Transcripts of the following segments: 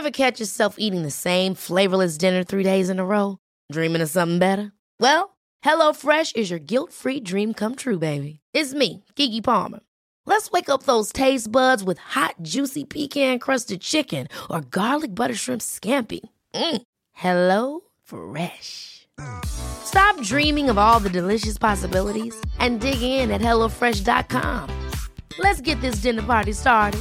Ever catch yourself eating the same flavorless dinner 3 days in a row? Dreaming of something better? Well, HelloFresh is your guilt-free dream come true, baby. It's me, Keke Palmer. Let's wake up those taste buds with hot, juicy pecan-crusted chicken or garlic butter shrimp scampi. Hello Fresh. Stop dreaming of all the delicious possibilities and dig in at HelloFresh.com. Let's get this dinner party started.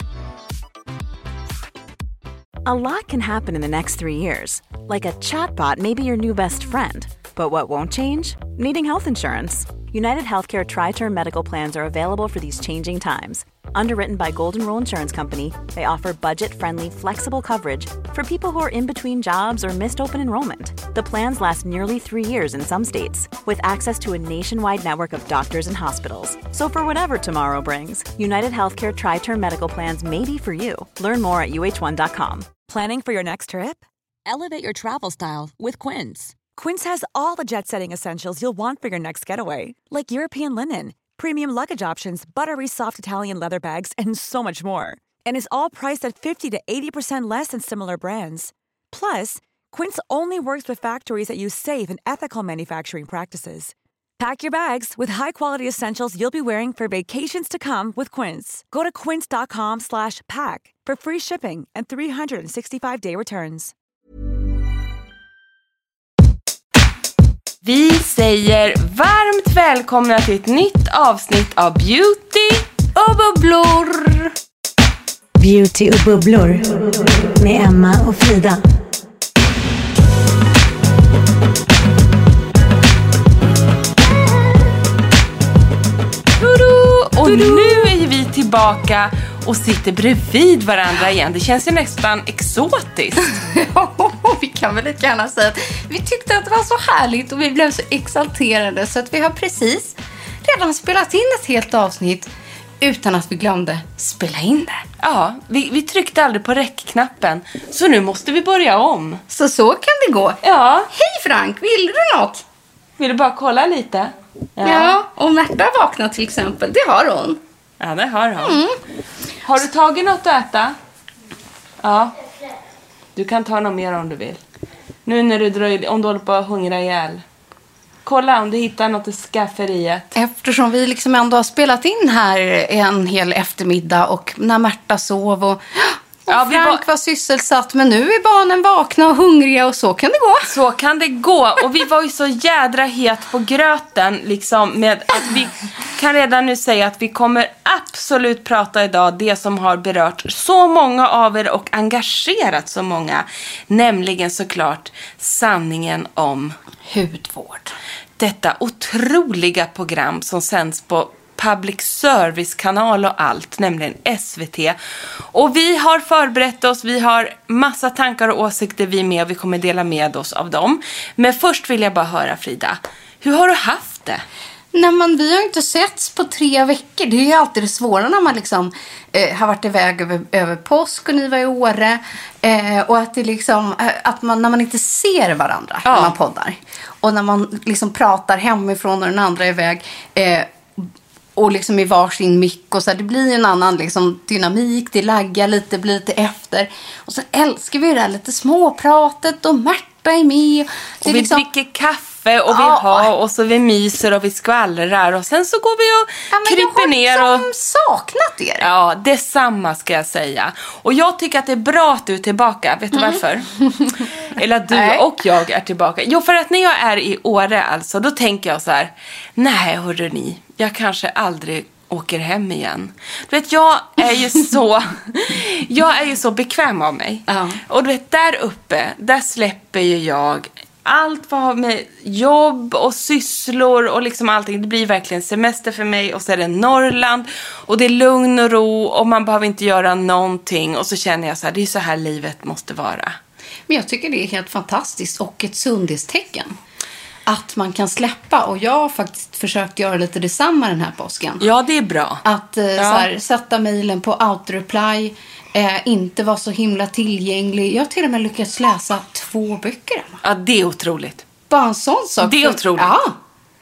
A lot can happen in the next 3 years. Like a chatbot may be your new best friend. But what won't change? Needing health insurance. United Healthcare Tri-Term Medical Plans are available for these changing times. Underwritten by Golden Rule Insurance Company, they offer budget-friendly, flexible coverage for people who are in between jobs or missed open enrollment. The plans last nearly 3 years in some states, with access to a nationwide network of doctors and hospitals. So for whatever tomorrow brings, United Healthcare Tri-Term Medical Plans may be for you. Learn more at uh1.com. Planning for your next trip? Elevate your travel style with Quince. Quince has all the jet-setting essentials you'll want for your next getaway, like European linen, premium luggage options, buttery soft Italian leather bags, and so much more. And is all priced at 50 to 80% less than similar brands. Plus, Quince only works with factories that use safe and ethical manufacturing practices. Pack your bags with high-quality essentials you'll be wearing for vacations to come with Quince. Go to quince.com/pack for free shipping and 365-day returns. Vi säger varmt välkomna till ett nytt avsnitt av Beauty och bubblor. Beauty och bubblor med Emma och Frida. Och nu är vi tillbaka och sitter bredvid varandra igen. Det känns ju nästan exotiskt. Vi kan väl lite gärna säga att vi tyckte att det var så härligt och vi blev så exalterade så att vi har precis redan spelat in ett helt avsnitt utan att vi glömde spela in det. Ja, vi tryckte aldrig på räckknappen, så nu måste vi börja om. Så kan det gå. Ja. Hej Frank, vill du något? Vill du bara kolla lite? Ja, och Märta vaknat till exempel, det har hon. Ja, det har hon. Har du tagit något att äta? Ja. Du kan ta något mer om du vill. Nu när du dröjer, om du håller på att hungra ihjäl. Kolla om du hittar något i skafferiet. Eftersom vi liksom ändå har spelat in här en hel eftermiddag och när Märta sov och Frank var sysselsatt, men nu är barnen vakna och hungriga och så kan det gå. Så kan det gå. Och vi var ju så jädra het på gröten liksom, med att vi kan redan nu säga att vi kommer absolut prata idag det som har berört så många av er och engagerat så många, nämligen såklart sanningen om hudvård. Detta otroliga program som sänds på public service-kanal och allt, nämligen SVT. Och vi har förberett oss, vi har massa tankar och åsikter vi med och vi kommer dela med oss av dem. Men först vill jag bara höra, Frida, hur har du haft det? Nej, men vi har inte setts på 3 veckor. Det är ju alltid det svåra när man liksom har varit iväg över påsk och ni var i Åre. Och att det liksom, att man, när man inte ser varandra när man poddar. Och när man liksom pratar hemifrån och den andra är iväg. Och liksom i varsin mick och så här, det blir en annan liksom dynamik, det laggar lite, blir lite efter. Och så älskar vi det där lite småpratet och Märta är med. Och vi liksom dricker kaffe och vi har och så vi myser och vi skvallrar och sen så går vi och kryper ner. Jag har liksom saknat er. Ja, detsamma ska jag säga. Och jag tycker att det är bra att du är tillbaka. Vet du varför? Eller att du och jag är tillbaka. Jo, för att när jag är i Åre alltså, då tänker jag så här: nej, hörru ni, jag kanske aldrig åker hem igen. Du vet, jag är ju så bekväm av mig. Och du vet, där uppe, där släpper ju jag allt vad har med jobb och sysslor och liksom allting. Det blir verkligen semester för mig. Och så är det Norrland och det är lugn och ro och man behöver inte göra någonting. Och så känner jag så här, det är så här livet måste vara. Men jag tycker det är helt fantastiskt och ett sundhetstecken. Att man kan släppa. Och jag har faktiskt försökt göra lite detsamma den här påsken. Ja, det är bra. Att så här, sätta mejlen på autoreply. Inte vara så himla tillgänglig. Jag har till och med lyckats läsa 2 böcker. Ja, det är otroligt. Bara en sån sak. Det är otroligt. Ja.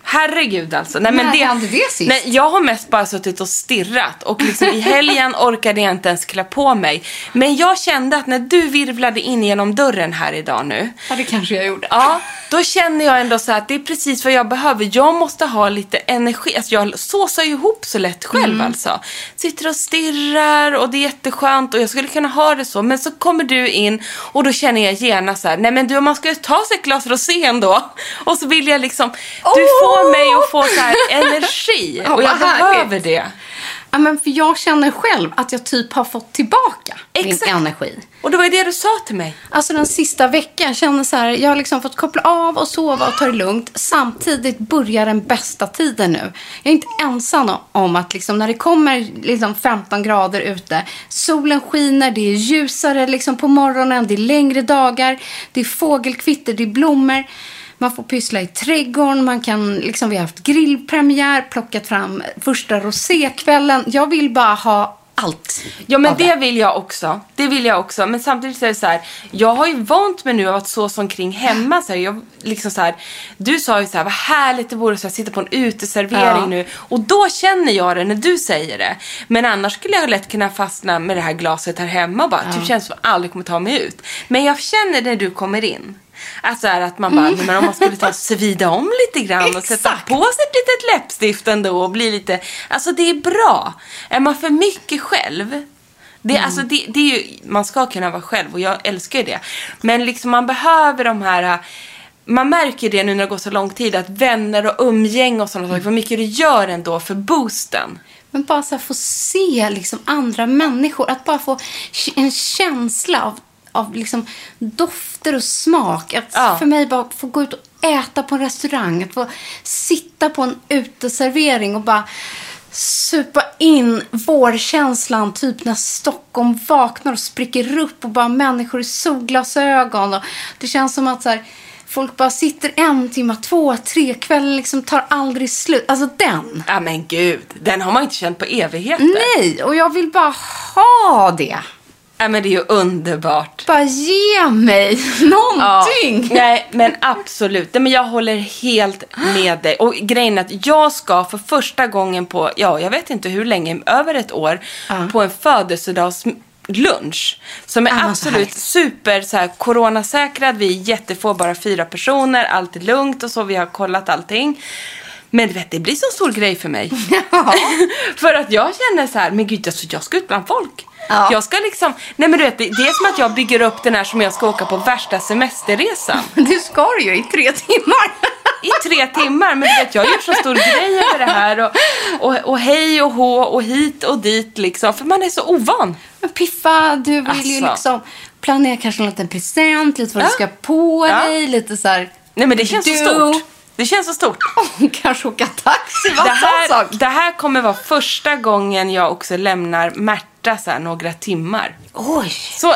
herregud alltså. Nej, När men hände det sist? Nej, jag har mest bara suttit och stirrat. Och liksom i helgen orkade jag inte ens klä på mig. Men jag kände att när du virvlade in genom dörren här idag nu. Ja, det kanske jag gjorde. Ja, då känner jag ändå så att det är precis vad jag behöver. Jag måste ha lite energi. Alltså jag såsar ju ihop så lätt själv alltså. Sitter och stirrar och det är jätteskönt. Och jag skulle kunna ha det så. Men så kommer du in och då känner jag gärna så här. Nej men du, man ska ju ta sig ett glas rosé ändå. Och så vill jag liksom, du får mig att få så här energi. Och jag behöver det. Ja, men för jag känner själv att jag typ har fått tillbaka min energi. Och det var ju det du sa till mig. Alltså den sista veckan känner så här, jag har liksom fått koppla av och sova och ta det lugnt. Samtidigt börjar den bästa tiden nu. Jag är inte ensam om att liksom, när det kommer liksom 15 grader ute, solen skiner, det är ljusare liksom på morgonen, det är längre dagar, det är fågelkvitter, det är blommor. Man får pyssla i trädgården, man kan liksom, vi har haft grillpremiär, plockat fram första rosékvällen. Jag vill bara ha allt. Ja, men det vill jag också. Det vill jag också. Men samtidigt är det så här, jag har ju vant mig nu av att så som kring hemma så här, jag liksom så här, du sa ju så här, vad härligt det vore så här, sitta på en uteservering nu. Och då känner jag det när du säger det. Men annars skulle jag lätt kunna fastna med det här glaset här hemma och bara, typ känns som att jag aldrig kommer ta mig ut. Men jag känner när du kommer in. Alltså är att man bara, men om man skulle ta svida om lite grann och sätta på sig ett litet läppstift ändå och bli lite, alltså det är bra. Är man för mycket själv, det, alltså det är ju, man ska kunna vara själv och jag älskar ju det. Men liksom man behöver de här, man märker det nu när det går så lång tid att vänner och umgäng och sådana saker, vad mycket det gör ändå för boosten. Men bara så här få se liksom andra människor, att bara få en känsla av liksom dofter och smak. Att för mig bara få gå ut och äta på en restaurang. Att få sitta på en uteservering och bara supa in vårkänslan. Typ när Stockholm vaknar och spricker upp och bara människor i solglasögon. Och det känns som att så här, folk bara sitter 1 timme, 2, 3 kvällen liksom tar aldrig slut. Alltså den. Ja men gud, den har man inte känt på evigheter. Nej, och jag vill bara ha det. Ja, men det är ju underbart. Bara ge mig någonting. Ja, nej, men absolut. Men jag håller helt med dig. Och grejen är att jag ska för första gången på, jag vet inte hur länge, över ett år, på en födelsedagslunch. Som är absolut super så här, coronasäkrad. Vi är jättefå, bara 4 personer. Allt är lugnt och så, vi har kollat allting. Men du vet, det blir så stor grej för mig. Ja. För att jag känner så här, men gud, alltså, jag ska ut bland folk. Ja. Jag ska liksom, nej men du vet, det är som att jag bygger upp den här som jag ska åka på värsta semesterresan. Det ska du ju i 3 timmar. I 3 timmar, men du vet, jag gör så stor grej över det här. Och hej och hå och hit och dit liksom. För man är så ovan. Men Piffa, du vill ju liksom planera kanske en liten present, lite vad du ska på dig, lite så här. Nej men det känns så stort. Det känns så stort. Kanske åka taxi. Det här kommer vara första gången jag också lämnar Märta så här några timmar. Oj.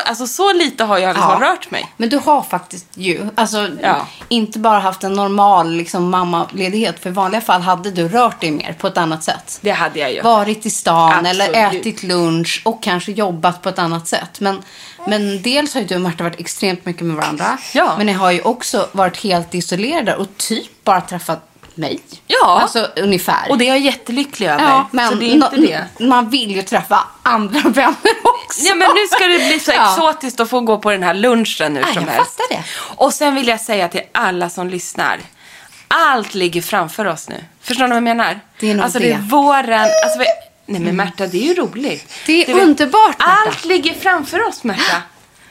Så lite har jag liksom rört mig. Men du har faktiskt ju inte bara haft en normal liksom, mammaledighet. För i vanliga fall hade du rört dig mer på ett annat sätt. Det hade jag ju. Varit i stan eller ätit lunch och kanske jobbat på ett annat sätt. Men dels har ju du och Märta varit extremt mycket med varandra. Ja. Men ni har ju också varit helt isolerade och typ bara träffat mig. Ja. Alltså ungefär. Och det är jag jättelycklig över. Ja, men så det är inte det. Man vill ju träffa andra vänner också. Ja, men nu ska det bli så exotiskt att få gå på den här lunchen nu som helst. Jag fattar det. Och sen vill jag säga till alla som lyssnar. Allt ligger framför oss nu. Förstår ni vad jag menar? Det är nog alltså det är våren. Alltså, nej men Märta, det är ju roligt. Det är underbart, Märta. Allt ligger framför oss, Märta.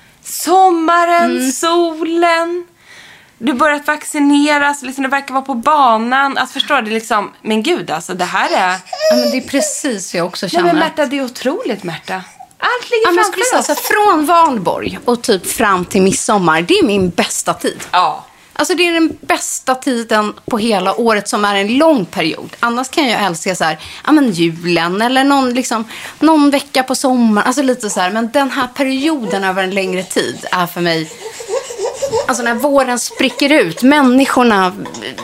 Sommaren, solen. Du börjat vaccineras, liksom det verkar vara på banan. Alltså förstår du liksom, men gud alltså det här är... Ja men det är precis jag också känner. Nej men Märta, det är otroligt Märta. Allt ligger framför oss. Alltså, från Valborg och typ fram till midsommar, det är min bästa tid. Ja. Alltså det är den bästa tiden på hela året som är en lång period. Annars kan jag älska så här, ja men julen eller någon vecka på sommaren. Alltså lite så här, men den här perioden över en längre tid är för mig... Alltså när våren spricker ut, människorna,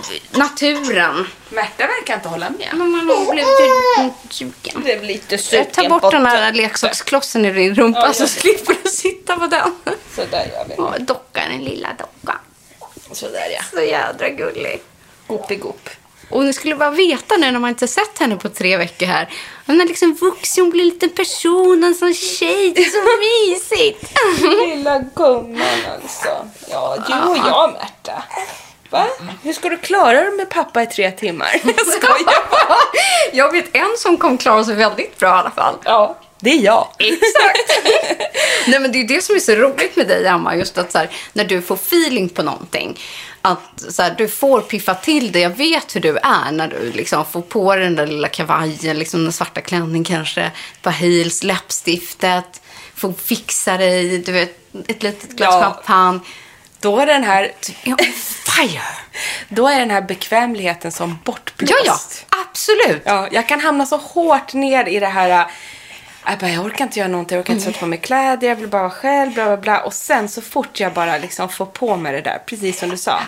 naturen. Märta verkar inte hålla med. Men man har blivit sugen. Det blir lite sugen. Ta bort den här leksaksklossen i din rumpa så slipper du sitta på den. Så där gör vi. Dockan, en lilla docka. Så där ja. Så jädra gullig. Goopigop. Och ni skulle bara veta nu när man inte sett henne på 3 veckor här. Hon är liksom vuxen, hon blir en liten person, en sån tjej. Det är så mysigt. Lilla gumman alltså. Ja, du och jag, Märta. Va? Hur ska du klara dig med pappa i 3 timmar? Jag skojar bara. Jag vet en som kommer klara sig väldigt bra i alla fall. Ja, det är jag. Exakt. Nej, men det är det som är så roligt med dig, Emma. Just att så här, när du får feeling på någonting. Att så här, du får piffa till det. Jag vet hur du är när du liksom får på den där lilla kavajen. Liksom den svarta klänning kanske. Ett par heels, läppstiftet. Får fixa dig, du vet, ett litet glas champagne. Då är den här... Fire! Då är den här bekvämligheten som bortblåst. Ja, absolut. Ja, jag kan hamna så hårt ner i det här... Jag orkar inte göra någonting, jag orkar inte sätta på mig kläder, jag vill bara vara själv, bla bla bla. Och sen så fort jag bara liksom får på mig det där, precis som du sa.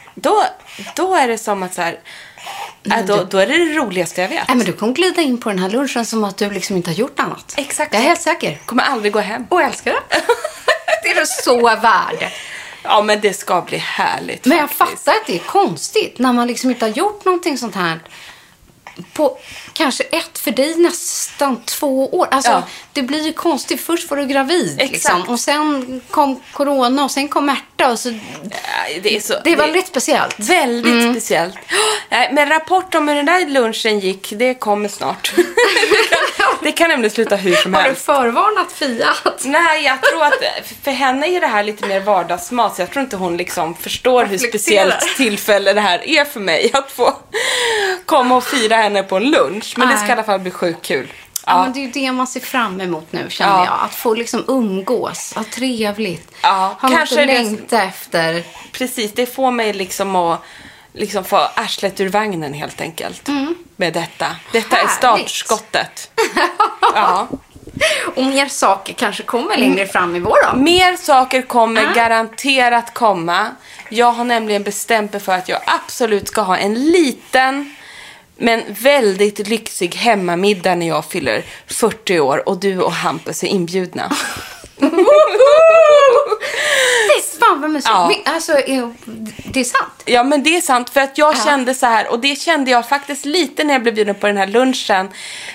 Då är det som att så här... Då är det roligaste jag vet. Men du kommer glida in på den här lunchen som att du liksom inte har gjort annat. Exakt. Jag är helt säker. Kommer aldrig gå hem. Och älskar det. Det är du så värd. Ja, men det ska bli härligt. Men jag fattar att det är konstigt när man liksom inte har gjort någonting sånt här på kanske för dig nästan 2 år. Alltså, det blir ju konstigt. Först var du gravid. Liksom. Och sen kom corona och sen kom Märta. Och så... Det är väldigt speciellt. Väldigt speciellt. Men rapport om hur den där lunchen gick, det kommer snart. Det kan nämligen sluta hur som helst. Har du förvarnat Fia? Nej, jag tror att för henne är det här lite mer vardagsmat. Så jag tror inte hon liksom förstår hur speciellt tillfälle det här är för mig. Att få komma och fira henne på en lunch. Men det ska i alla fall bli sjukt kul. Ja, men det är ju det man ser fram emot nu, känner jag. Att få liksom umgås, ha trevligt. Ja, ha kanske längta efter. Precis, det får mig liksom att liksom få arslet ur vagnen helt enkelt. Med detta. Detta är startskottet. Ja. Och mer saker kanske kommer längre fram i vår då. Mer saker kommer garanterat komma. Jag har nämligen bestämt mig för att jag absolut ska ha en liten men väldigt lyxig hemmamiddag när jag fyller 40 år och du och Hampus är inbjudna. Det är fan vad musik. Alltså, det är sant. Ja, men det är sant för att jag kände så här, och det kände jag faktiskt lite när jag blev bjuden på den här lunchen.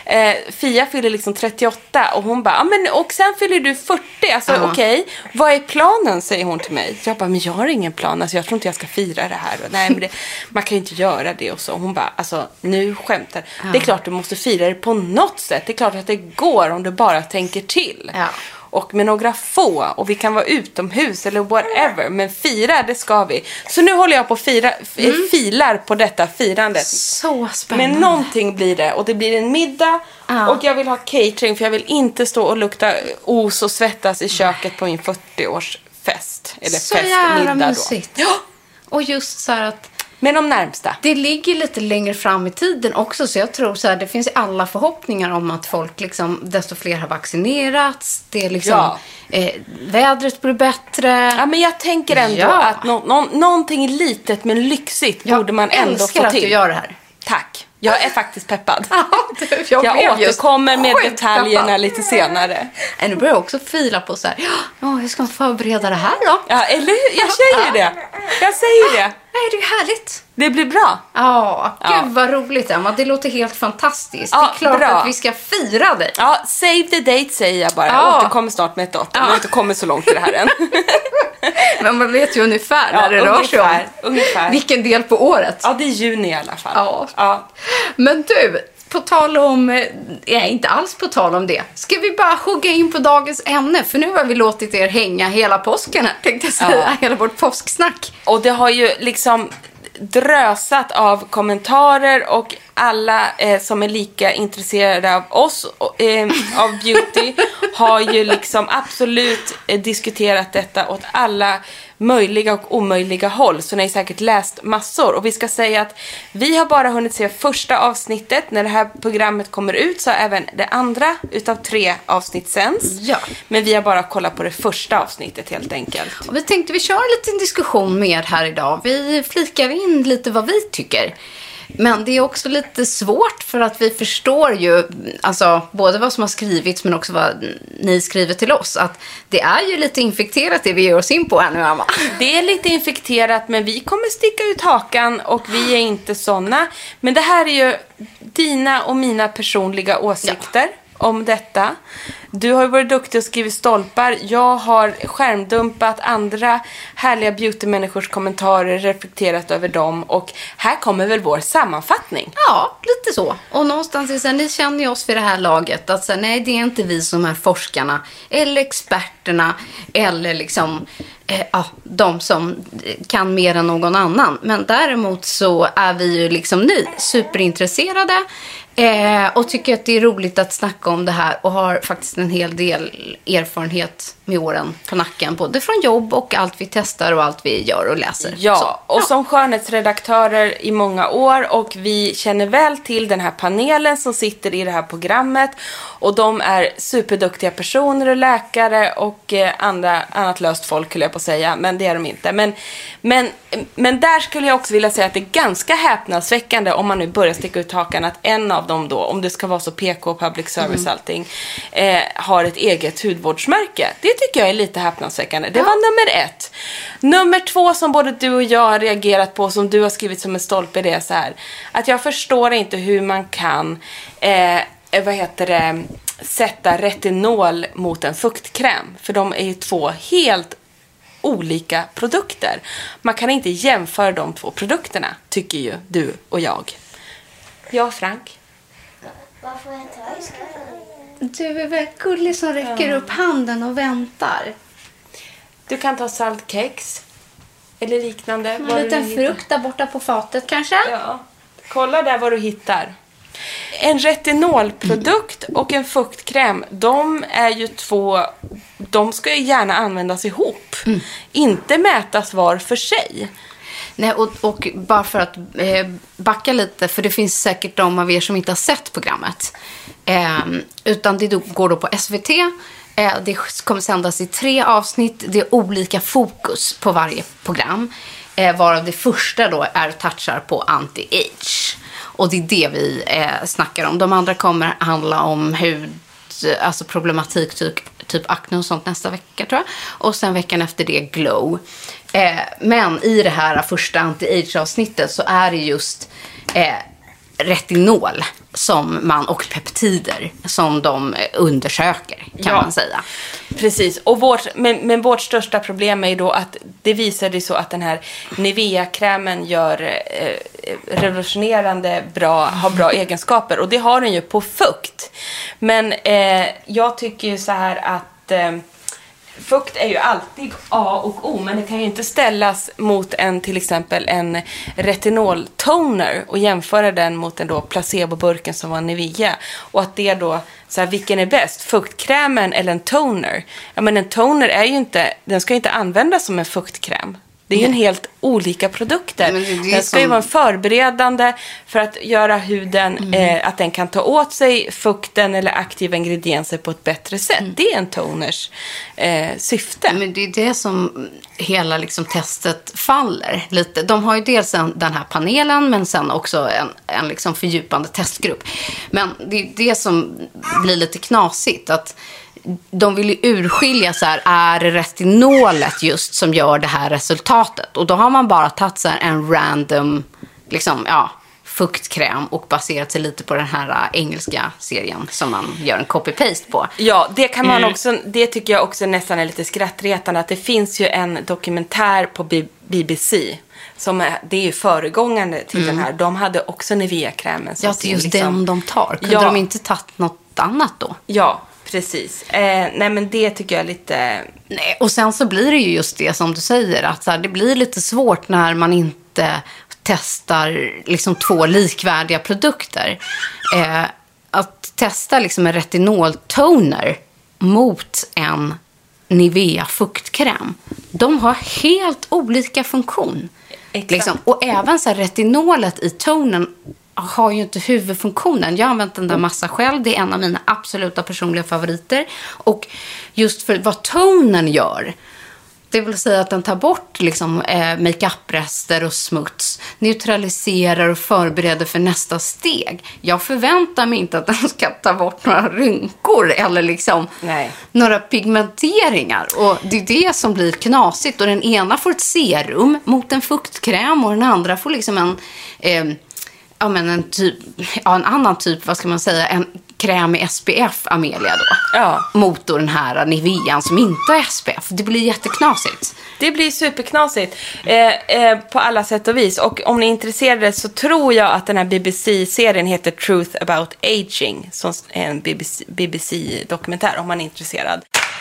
Fia fyller liksom 38 och hon bara, men och sen fyller du 40. Alltså okej, vad är planen, säger hon till mig. Jag bara, men jag har ingen plan, alltså jag tror inte jag ska fira det här. Och, nej, men man kan ju inte göra det och så. Hon bara, alltså nu skämtar. Det är klart du måste fira det på något sätt. Det är klart att det går om du bara tänker till. Och med några få. Och vi kan vara utomhus eller whatever. Men fira, det ska vi. Så nu håller jag på att filar på detta firandet. Så spännande. Men någonting blir det. Och det blir en middag. Och jag vill ha catering. För jag vill inte stå och lukta os och svettas i köket på min 40-årsfest. Eller så festmiddag då. Mysigt. Ja. Och just så här att men de närmsta. Det ligger lite längre fram i tiden också. Så jag tror så här, det finns alla förhoppningar om att folk liksom, desto fler har vaccinerats. Det är liksom, vädret blir bättre. Ja, men jag tänker ändå att någonting litet men lyxigt borde man ändå få till. Jag älskar att du gör det här. Tack. Jag är faktiskt peppad. jag återkommer med detaljerna lite senare. Nu börjar jag också fila på så här. Hur ska man förbereda det här då? Ja, eller hur? Jag säger det. Nej, det är härligt. Det blir bra. Gud vad roligt, Emma. Det låter helt fantastiskt. Det är klart att vi ska fira dig. Ja, save the date säger jag bara. Jag återkommer snart med ett datum. Jag har inte kommit så långt i det här än. Men man vet ju ungefär när det rör sig om. Ungefär. Vilken del på året? Ja, det är juni i alla fall. Ja. Men du, på tal om... inte alls på tal om det. Ska vi bara hugga in på dagens ämne? För nu har vi låtit er hänga hela påsken här, tänkte jag säga. Hela vårt påsksnack. Och det har ju liksom drösat av kommentarer och alla som är lika intresserade av oss, av beauty, har ju liksom absolut diskuterat detta åt alla möjliga och omöjliga håll. Så ni har säkert läst massor. Och vi ska säga att vi har bara hunnit se första avsnittet. När det här programmet kommer ut så även det andra utav 3 avsnitt sänds. Ja. Men vi har bara kollat på det första avsnittet helt enkelt. Och vi tänkte vi kör en liten diskussion med här idag. Vi flikar in lite vad vi tycker. Men det är också lite svårt för att vi förstår ju alltså, både vad som har skrivits men också vad ni skriver till oss. Att det är ju lite infekterat det vi ger oss in på här nu, Emma. Det är lite infekterat, men vi kommer sticka ut hakan och vi är inte såna. Men det här är ju dina och mina personliga åsikter om detta. Du har ju varit duktig och skrivit stolpar. Jag har skärmdumpat andra härliga beauty-människors kommentarer, reflekterat över dem. Och här kommer väl vår sammanfattning. Ja, lite så. Och någonstans är sen, ni känner ju oss för det här laget. Att så, nej, det är inte vi som är forskarna. Eller experterna. Eller liksom de som kan mer än någon annan. Men däremot så är vi ju liksom ni superintresserade. Och tycker att det är roligt att snacka om det här. Och har faktiskt en hel del erfarenhet med åren på nacken. Både från jobb och allt vi testar och allt vi gör och läser. Ja, och som skönhetsredaktörer i många år. Och vi känner väl till den här panelen som sitter i det här programmet. Och de är superduktiga personer och läkare och annat löst folk, skulle jag på säga. Men det är de inte. Men där skulle jag också vilja säga att det är ganska häpnadsväckande om man nu börjar sticka ut hakan att en av dem då, om det ska vara så PK, public service allting, har ett eget hudvårdsmärke. Det tycker jag är lite häpnadsväckande. Det var nummer 1. Nummer 2 som både du och jag har reagerat på, som du har skrivit som en stolpe, det är så här. Att jag förstår inte hur man kan sätta retinol mot en fuktkräm. För de är ju 2 helt olika produkter. Man kan inte jämföra de 2 produkterna, tycker ju du och jag. Ja, Frank? Vad får jag ta i skalan? Du är väl gullig som räcker upp handen och väntar. Du kan ta saltkex eller liknande. En liten frukt där borta på fatet kanske? Ja. Kolla där vad du hittar. En retinolprodukt och en fuktkräm, de är ju 2, de ska ju gärna användas ihop. Inte mätas var för sig. Nej, och bara för att backa lite, för det finns säkert de av er som inte har sett programmet. Utan det går då på SVT. Det kommer sändas i 3 avsnitt. Det är olika fokus på varje program. Varav det första då är touchar på anti-age. Och det är det vi snackar om. De andra kommer handla om hud, alltså problematik typ akne och sånt nästa vecka, tror jag. Och sen veckan efter det glow. Men i det här första anti-age-avsnittet så är det just retinol och peptider som de undersöker, kan man säga. Precis, och vårt största problem är ju då att det visade så att den här Nivea-krämen gör revolutionerande har bra egenskaper, och det har den ju på fukt. Men jag tycker ju så här att fukt är ju alltid A och O, men det kan ju inte ställas mot till exempel en retinol-toner och jämföra den mot en då placeboburken som var Nivea. Och att det då, så här, vilken är bäst? Fuktkrämen eller en toner? Ja, men en toner är ju inte, den ska ju inte användas som en fuktkräm. Det är ju en helt olika produkter. Den ska ju vara förberedande för att göra huden, att den kan ta åt sig fukten eller aktiva ingredienser på ett bättre sätt. Det är en toners syfte. Men det är det som hela liksom testet faller lite. De har ju dels den här panelen, men sen också en liksom fördjupande testgrupp. Men det är det som blir lite knasigt, att de vill ju urskilja så här, är det retinolet just som gör det här resultatet? Och då har man bara tagit så här en random liksom, fuktkräm och baserat sig lite på den här engelska serien som man gör en copy-paste på. Ja, det kan man också, det tycker jag också nästan är lite skrattretande, att det finns ju en dokumentär på BBC det är ju föregångande till den här. De hade också Nivea-krämen. Ja, det är just den de tar. Kunde de inte tagit något annat då? Ja, precis. Nej, men det tycker jag är lite... Nej, och sen så blir det ju just det som du säger, att så här, det blir lite svårt när man inte testar liksom 2 likvärdiga produkter. Att testa liksom en retinol-toner mot en Nivea fuktkräm. De har helt olika funktion. Liksom. Och även så här, retinolet i tonen har ju inte huvudfunktionen. Jag har använt den där massa själv. Det är en av mina absoluta personliga favoriter. Och just för vad tonen gör, Det vill säga att den tar bort liksom, makeuprester och smuts, neutraliserar och förbereder för nästa steg. Jag förväntar mig inte att den ska ta bort några rynkor eller liksom några pigmenteringar. Och det är det som blir knasigt. Och den ena får ett serum mot en fuktkräm och den andra får liksom en annan typ, vad ska man säga, en kräm i SPF, Amelia då. Ja. Mot den här Nivean som inte har SPF. Det blir jätteknasigt. Det blir superknasigt på alla sätt och vis. Och om ni är intresserade så tror jag att den här BBC-serien heter Truth About Aging. Som är en BBC-dokumentär om man är intresserad.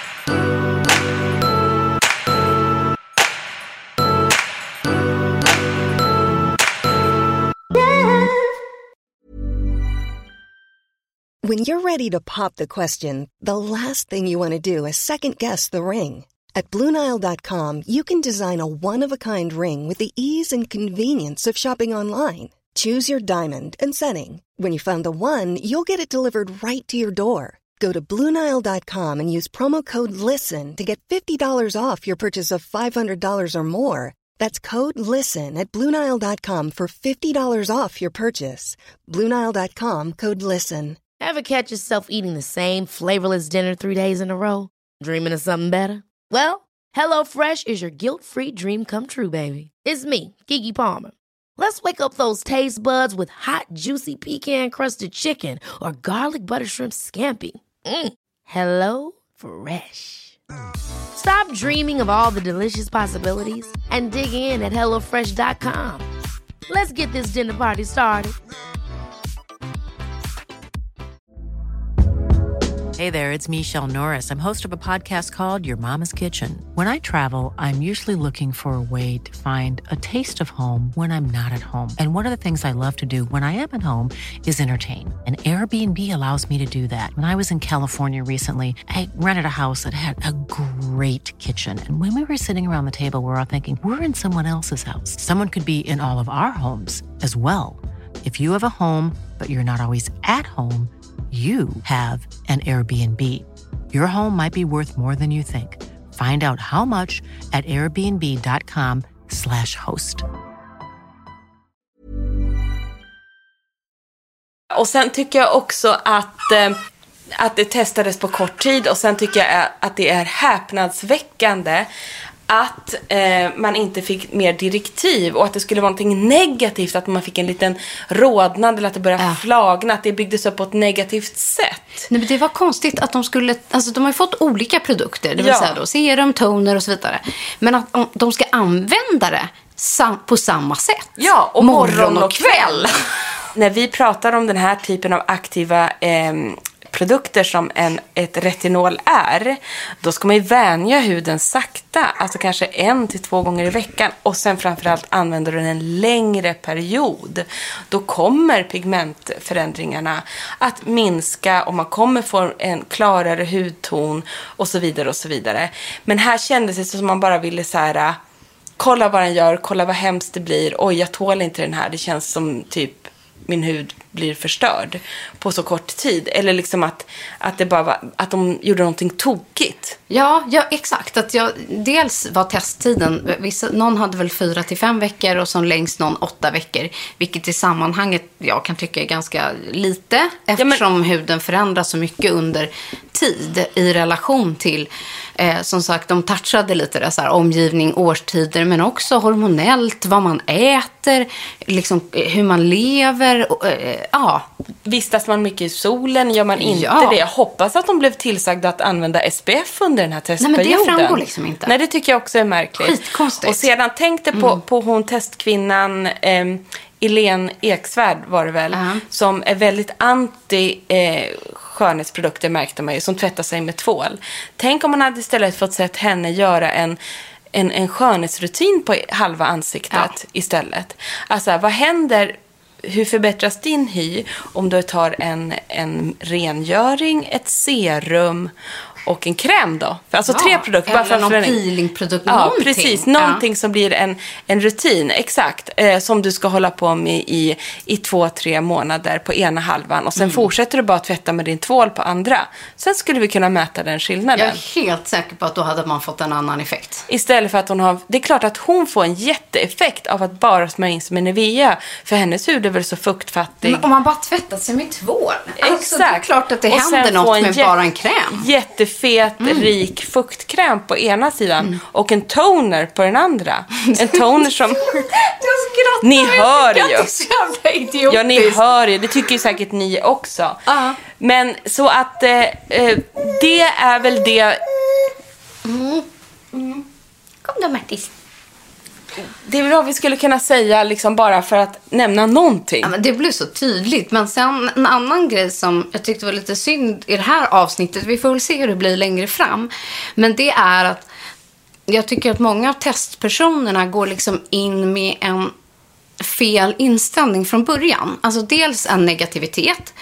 When you're ready to pop the question, the last thing you want to do is second-guess the ring. At BlueNile.com, you can design a one-of-a-kind ring with the ease and convenience of shopping online. Choose your diamond and setting. When you find the one, you'll get it delivered right to your door. Go to BlueNile.com and use promo code LISTEN to get $50 off your purchase of $500 or more. That's code LISTEN at BlueNile.com for $50 off your purchase. BlueNile.com, code LISTEN. Ever catch yourself eating the same flavorless dinner 3 days in a row? Dreaming of something better? Well, HelloFresh is your guilt-free dream come true, baby. It's me, Keke Palmer. Let's wake up those taste buds with hot, juicy pecan-crusted chicken or garlic butter shrimp scampi. Hello Fresh. Stop dreaming of all the delicious possibilities and dig in at HelloFresh.com. Let's get this dinner party started. Hey there, it's Michelle Norris. I'm host of a podcast called Your Mama's Kitchen. When I travel, I'm usually looking for a way to find a taste of home when I'm not at home. And one of the things I love to do when I am at home is entertain. And Airbnb allows me to do that. When I was in California recently, I rented a house that had a great kitchen. And when we were sitting around the table, we were all thinking, we're in someone else's house. Someone could be in all of our homes as well. If you have a home, but you're not always at home, you have an Airbnb. Your home might be worth more than you think. Find out how much at airbnb.com/host. Och sen tycker jag också att det testades på kort tid. Och sen tycker jag att det är häpnadsväckande att man inte fick mer direktiv och att det skulle vara någonting negativt, att man fick en liten rodnad eller att det började flagna, att det byggdes upp på ett negativt sätt. Nej, men det var konstigt att de skulle, alltså de har ju fått olika produkter, det vill säga då serum, toner och så vidare, men att de ska använda det på samma sätt. Ja, och morgon och kväll. När vi pratar om den här typen av aktiva produkter som ett retinol är, då ska man ju vänja huden sakta, alltså kanske 1 till 2 gånger i veckan, och sen framförallt använder den en längre period. Då kommer pigmentförändringarna att minska och man kommer få en klarare hudton och så vidare och så vidare. Men här kändes det som man bara ville så här, kolla vad den gör, kolla vad hemskt det blir, oj jag tål inte den här, det känns som typ min hud blir förstörd på så kort tid. Eller liksom att det bara var, att de gjorde någonting tokigt. Ja, exakt. Att dels var testtiden, någon hade väl 4 till 5 veckor och så längst någon 8 veckor. Vilket i sammanhanget jag kan tycka är ganska lite. Eftersom huden förändras så mycket under tid i relation till, som sagt, de touchade lite det så här, omgivning, årstider, men också hormonellt, vad man äter, liksom hur man lever. Vistas man mycket i solen, gör man inte det. Jag hoppas att de blev tillsagda att använda SPF under den här testperioden. Nej, men det framgår liksom inte. Nej, det tycker jag också är märkligt. Skitkonstigt. Och sedan tänkte på hon testkvinnan Elaine Eksvärd var det väl, som är väldigt anti skönhetsprodukter, märkte man ju, som tvättar sig med tvål. Tänk om man hade istället fått sett henne göra en skönhetsrutin på halva ansiktet istället. Alltså, vad händer? Hur förbättras din hy om du tar en rengöring, ett serum och en kräm då. Alltså 3 produkter. Eller någon peelingprodukt. Ja, precis. Någonting som blir en rutin. Exakt. Som du ska hålla på med i 2-3 månader på ena halvan. Och sen fortsätter du bara att tvätta med din tvål på andra. Sen skulle vi kunna mäta den skillnaden. Jag är helt säker på att då hade man fått en annan effekt. Istället för att hon har... Det är klart att hon får en jätteeffekt av att bara smörja in sig med Nivea. För hennes hud är väl så fuktfattig. Men om man bara tvättar sig med tvål. Exakt. Alltså, det är klart att det händer något med bara en kräm. Jättefet, rik fuktkräm på ena sidan och en toner på den andra. En toner som... Ni hör ju. Det är så jävla idiotiskt. Ja, ni hör ju. Det tycker ju säkert ni också. Men så att det är väl det... Kom då, Martis. Det är vad vi skulle kunna säga liksom bara för att nämna någonting. Ja, men det blir så tydligt. Men sen en annan grej som jag tyckte var lite synd i det här avsnittet. Vi får väl se hur det blir längre fram. Men det är att jag tycker att många av testpersonerna går liksom in med en fel inställning från början. Alltså dels en negativitet.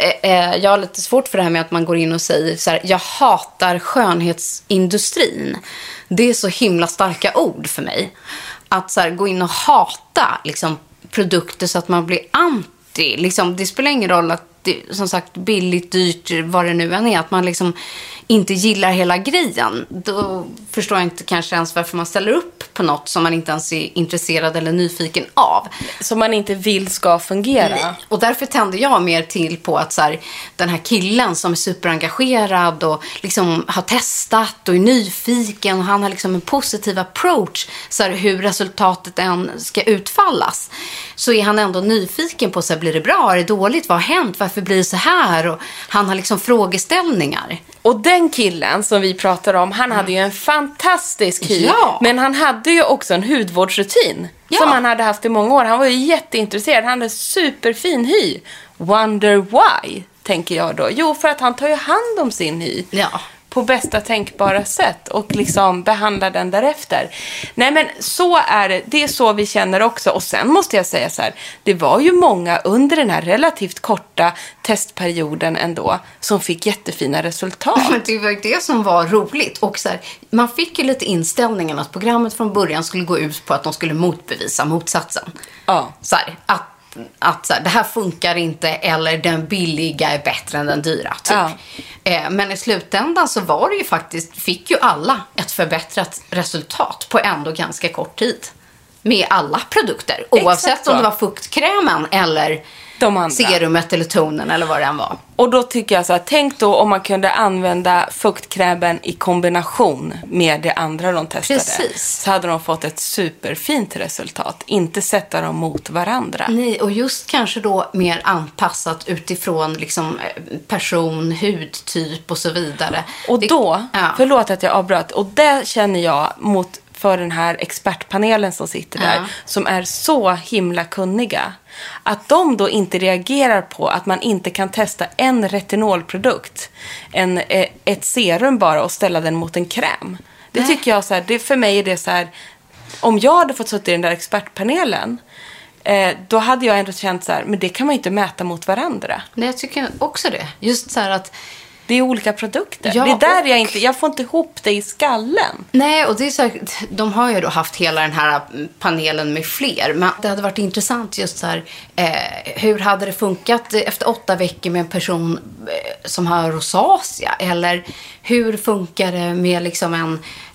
Jag har lite svårt för det här med att man går in och säger så här: jag hatar skönhetsindustrin. Det är så himla starka ord för mig. Att så här, gå in och hata liksom, produkter så att man blir anti. Liksom, det spelar ingen roll att det, som sagt, billigt, dyrt, vad det nu än är. Att man liksom inte gillar hela grejen. Då förstår jag inte kanske ens varför man ställer upp på något som man inte ens är intresserad eller nyfiken av. Som man inte vill ska fungera. Nej. Och därför tänder jag mer till på att så här, den här killen som är superengagerad och liksom har testat och är nyfiken. Och han har liksom en positiv approach så här, hur resultatet än ska utfallas. Så är han ändå nyfiken på så här, blir det bra, är det dåligt, vad har hänt, varför blir det så här? Och han har liksom frågeställningar. Och den killen som vi pratar om, han hade ju en fantastisk hy. Ja. Men han hade ju också en hudvårdsrutin som han hade haft i många år. Han var ju jätteintresserad. Han hade superfin hy. Wonder why, tänker jag då. Jo, för att han tar ju hand om sin hy. Ja. På bästa tänkbara sätt och liksom behandla den därefter. Nej, men så är det. Det är så vi känner också. Och sen måste jag säga så här, det var ju många under den här relativt korta testperioden ändå som fick jättefina resultat. Men det var ju det som var roligt. Och så här, man fick ju lite inställningen att programmet från början skulle gå ut på att de skulle motbevisa motsatsen. Ja. Så här, att så här, det här funkar inte eller den billiga är bättre än den dyra typ. Ja. Men i slutändan så var det ju faktiskt, fick ju alla ett förbättrat resultat på ändå ganska kort tid med alla produkter, oavsett om det var fuktkrämen eller serumet eller tonen eller vad det än var. Och då tycker jag så här, tänk då om man kunde använda fuktkrämen i kombination med det andra de testade. Precis. Så hade de fått ett superfint resultat. Inte sätta dem mot varandra. Nej, och just kanske då mer anpassat utifrån liksom person, hudtyp och så vidare. Och då, förlåt att jag avbröt, och det känner jag för den här expertpanelen som sitter där, som är så himla kunniga, att de då inte reagerar på att man inte kan testa en retinolprodukt, ett serum bara, och ställa den mot en kräm. Det tycker jag så här, för mig är det så här, om jag hade fått sitta i den där expertpanelen, då hade jag ändå känt så här, men det kan man inte mäta mot varandra. Nej, jag tycker också det. Just så här att det är olika produkter. Ja, det är där jag får inte ihop det i skallen. Nej, och det är så här, de har ju då haft hela den här panelen med fler. Men det hade varit intressant just så här, hur hade det funkat efter 8 veckor med en person som har rosacea? Eller hur funkar det med liksom en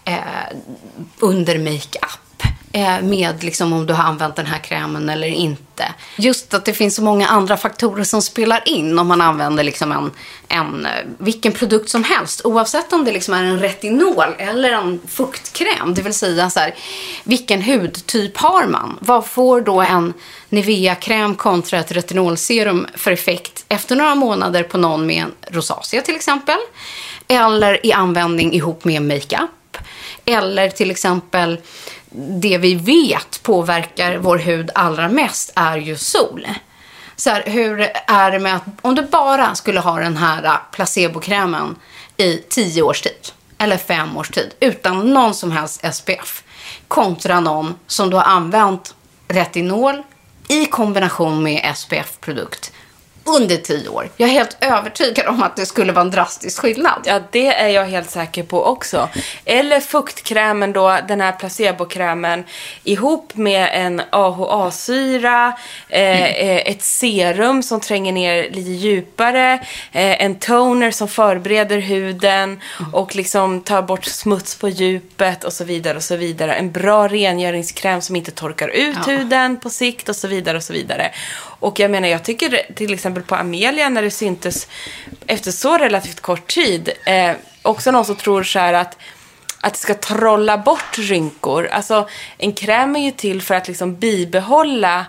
under make-up? Med liksom om du har använt den här krämen eller inte. Just att det finns så många andra faktorer som spelar in om man använder liksom vilken produkt som helst. Oavsett om det liksom är en retinol eller en fuktkräm. Det vill säga så här, vilken hudtyp har man? Vad får då en Nivea-kräm kontra ett retinolserum för effekt efter några månader på någon med en rosacea till exempel? Eller i användning ihop med makeup? Eller till exempel det vi vet påverkar vår hud allra mest är ju sol. Så här, hur är det med att om du bara skulle ha den här placebokrämen i 10 års tid eller 5 års tid utan någon som helst SPF kontra någon som du har använt retinol i kombination med SPF-produkt under 10 år. Jag är helt övertygad om att det skulle vara en drastisk skillnad. Ja, det är jag helt säker på också. Eller fuktkrämen då, den här placebokrämen, ihop med en AHA-syra, ett serum som tränger ner lite djupare, en toner som förbereder huden och liksom tar bort smuts på djupet och så vidare och så vidare. En bra rengöringskräm som inte torkar ut huden på sikt och så vidare och så vidare. Och jag menar, jag tycker till exempel på Amelia när det syntes efter så relativt kort tid, också någon som tror så här att det ska trolla bort rynkor. Alltså en kräm är ju till för att liksom bibehålla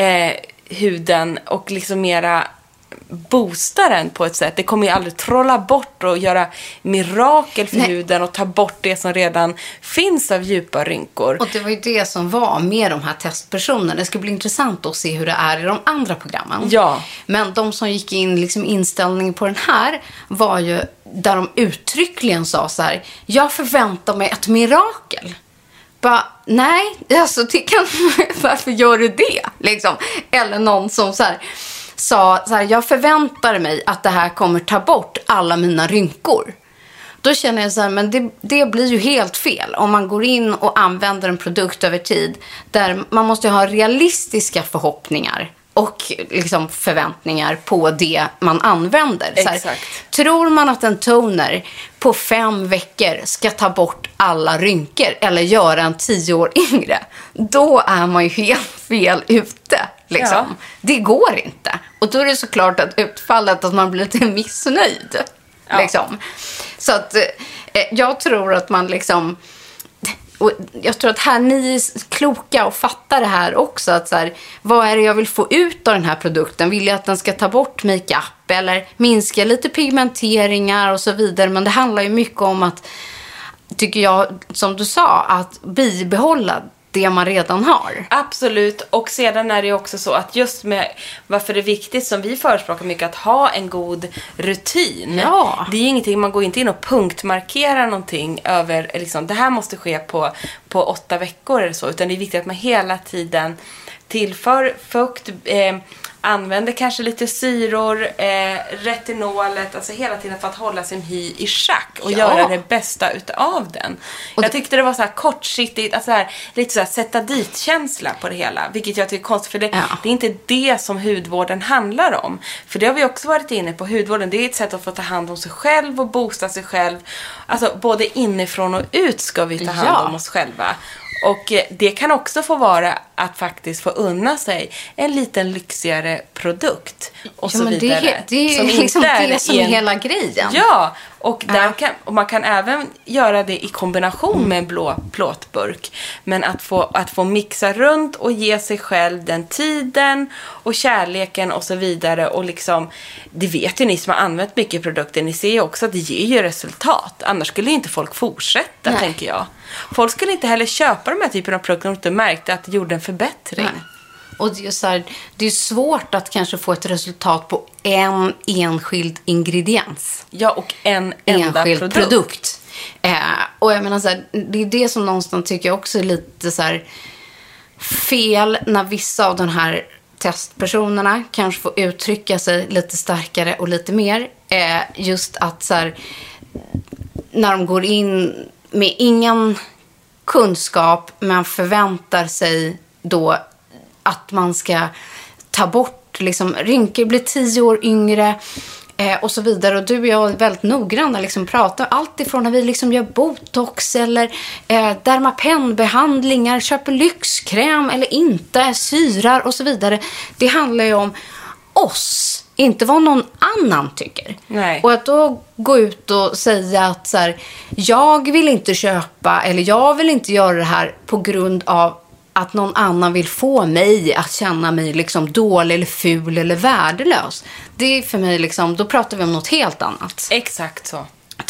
huden och liksom mera boosta den på ett sätt. Det kommer ju aldrig trolla bort och göra mirakel för huden och ta bort det som redan finns av djupa rynkor. Och det var ju det som var med de här testpersonerna. Det ska bli intressant att se hur det är i de andra programmen. Ja. Men de som gick in liksom inställningen på den här var ju där de uttryckligen sa så här: jag förväntar mig ett mirakel. Bara, nej, alltså varför gör du det? Liksom. Eller någon som så här, jag förväntar mig att det här kommer ta bort alla mina rynkor. Då känner jag så här, men det blir ju helt fel om man går in och använder en produkt över tid där man måste ha realistiska förhoppningar och liksom förväntningar på det man använder. Exakt. Så här, tror man att en toner på 5 veckor ska ta bort alla rynkor eller göra en 10 år yngre, då är man ju helt fel ute. Liksom. Ja. Det går inte. Och då är det såklart att utfallet att man blir lite missnöjd. Ja. Liksom. Så att jag tror att man liksom... Och jag tror att här ni är kloka och fattar det här också. Att så här, vad är det jag vill få ut av den här produkten? Vill jag att den ska ta bort makeup eller minska lite pigmenteringar och så vidare? Men det handlar ju mycket om att, tycker jag, som du sa, att bibehålla det man redan har. Absolut, och sedan är det också så att just med varför det är viktigt, som vi förespråkar mycket, att ha en god rutin. Ja. Det är ingenting, man går inte in och punktmarkerar någonting över, liksom, det här måste ske på 8 veckor eller så, utan det är viktigt att man hela tiden tillför fukt, använder kanske lite syror, retinolet, alltså hela tiden för att hålla sin hy i schack och göra det bästa utav den. Och jag tyckte det var så här kortsiktigt, alltså här, lite så här sätta dit känsla på det hela, vilket jag tycker är konstigt, för det är inte det som hudvården handlar om. För det har vi också varit inne på, hudvården, det är ett sätt att få ta hand om sig själv och boosta sig själv. Alltså både inifrån och ut ska vi ta hand om oss själva. Och det kan också få vara att faktiskt få unna sig en liten lyxigare produkt och så vidare. Det är som liksom det som är hela grejen. Ja, och och man kan även göra det i kombination med en blå plåtburk. Men att få mixa runt och ge sig själv den tiden och kärleken och så vidare. Och liksom, det vet ju ni som har använt mycket produkter. Ni ser ju också att det ger ju resultat. Annars skulle inte folk fortsätta, tänker jag. Folk skulle inte heller köpa de här typen av produkter om de inte märkte att det gjorde en förbättring. Nej. Och det är, så här, det är svårt att kanske få ett resultat på en enskild ingrediens. Ja, och en enda produkt. Och jag menar så här, det är det som någonstans tycker jag också är lite så här fel när vissa av de här testpersonerna kanske får uttrycka sig lite starkare och lite mer. Just att så här, när de går in med ingen kunskap men förväntar sig då att man ska ta bort liksom, rynkor, bli 10 år yngre och så vidare. Och du och jag är väldigt noggranna liksom, pratar allt ifrån när vi liksom gör botox eller dermapenbehandlingar, köper lyxkräm eller inte, syrar och så vidare. Det handlar ju om oss, inte vad någon annan tycker. Nej. Och att då gå ut och säga att så här, jag vill inte köpa eller jag vill inte göra det här på grund av att någon annan vill få mig att känna mig liksom dålig eller ful eller värdelös. Det är för mig liksom, då pratar vi om något helt annat. Exakt så.